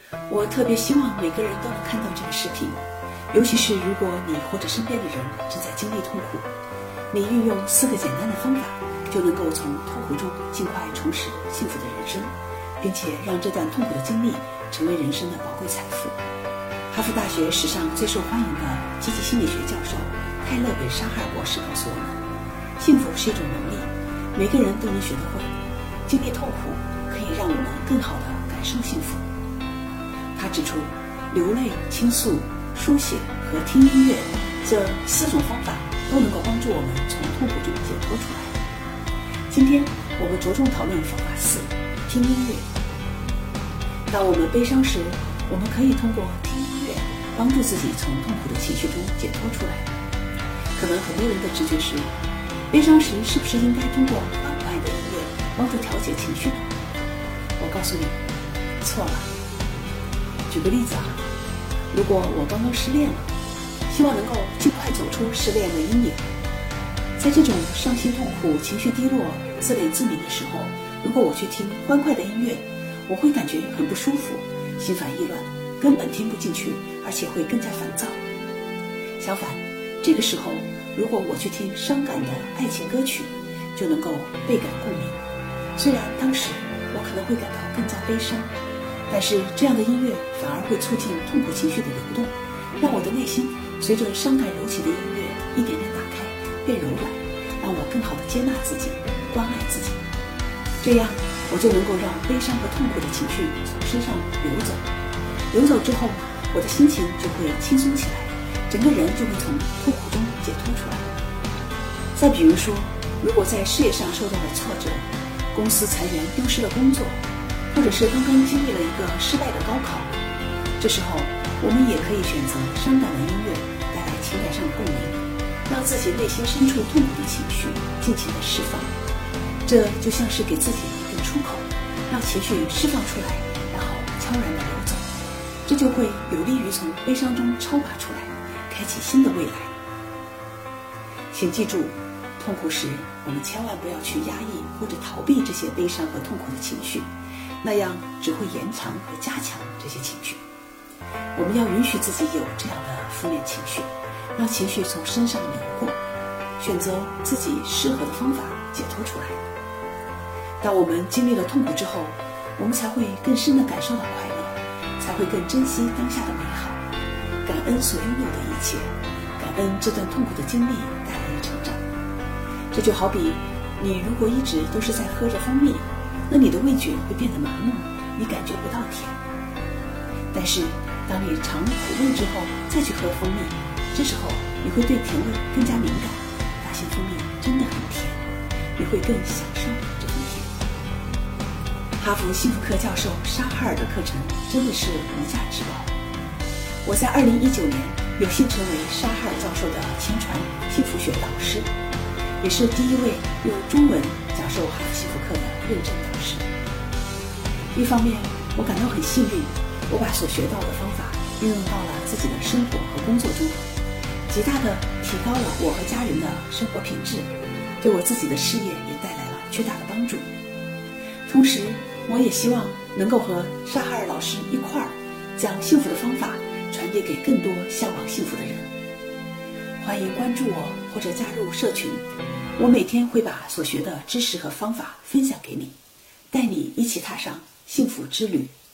我特别希望每个人都能看到这个视频，尤其是如果你或者身边的人正在经历痛苦，你运用4个简单的方法，就能够从痛苦中尽快重拾幸福的人生，并且让这段痛苦的经历成为人生的宝贵财富。哈佛大学史上最受欢迎的积极心理学教授泰勒·本沙哈尔博士告诉我们，幸福是一种能力，每个人都能学得会。经历痛苦可以让我们更好地感受幸福。他指出，流泪、倾诉、书写和听音乐这4种方法都能够帮助我们从痛苦中解脱出来。今天我们着重讨论方法4，听音乐。当我们悲伤时，我们可以通过听音乐帮助自己从痛苦的情绪中解脱出来。可能很多人的直觉是，悲伤时是不是应该通过缓慢的音乐帮助调节情绪呢？我告诉你，错了。举个例子啊，如果我刚刚失恋了，希望能够尽快走出失恋的阴影，在这种伤心痛苦、情绪低落、自怜自悯的时候，如果我去听欢快的音乐，我会感觉很不舒服，心烦意乱，根本听不进去，而且会更加烦躁。相反，这个时候如果我去听伤感的爱情歌曲，就能够倍感共鸣。虽然当时我可能会感到更加悲伤，但是这样的音乐反而会促进痛苦情绪的流动，让我的内心随着伤感柔情的音乐一点点打开，变柔软，让我更好地接纳自己，关爱自己。这样我就能够让悲伤和痛苦的情绪从身上流走，流走之后，我的心情就会轻松起来，整个人就会从痛苦中解脱出来。再比如说，如果在事业上受到了挫折，公司裁员丢失了工作，或者是刚刚经历了一个失败的高考，这时候我们也可以选择伤感的音乐带来情感上的共鸣，让自己内心深处痛苦的情绪尽情的释放。这就像是给自己一个出口，让情绪释放出来，然后悄然的流走，这就会有利于从悲伤中超拔出来，开启新的未来。请记住，痛苦时我们千万不要去压抑或者逃避这些悲伤和痛苦的情绪，那样只会延长和加强这些情绪。我们要允许自己有这样的负面情绪，让情绪从身上流过，选择自己适合的方法解脱出来。当我们经历了痛苦之后，我们才会更深地感受到快乐，才会更珍惜当下的美好，感恩所拥有的一切，感恩这段痛苦的经历带来的成长。这就好比你如果一直都是在喝着蜂蜜，那你的味觉会变得麻木，你感觉不到甜。但是当你尝苦味之后再去喝蜂蜜，这时候你会对甜味更加敏感，发现蜂蜜真的很甜，你会更享受这份甜。哈佛幸福课教授沙哈尔的课程真的是无价之宝。我在2019年有幸成为沙哈尔教授的亲传幸福学导师，也是第一位用中文讲授哈佛幸福课的认证导师。一方面我感到很幸运，我把所学到的方法运用到了自己的生活和工作中，极大地提高了我和家人的生活品质，对我自己的事业也带来了巨大的帮助。同时我也希望能够和沙哈尔老师一块儿将幸福的方法传递给更多向往幸福的人。欢迎关注我或者加入社群，我每天会把所学的知识和方法分享给你，带你一起踏上幸福之旅。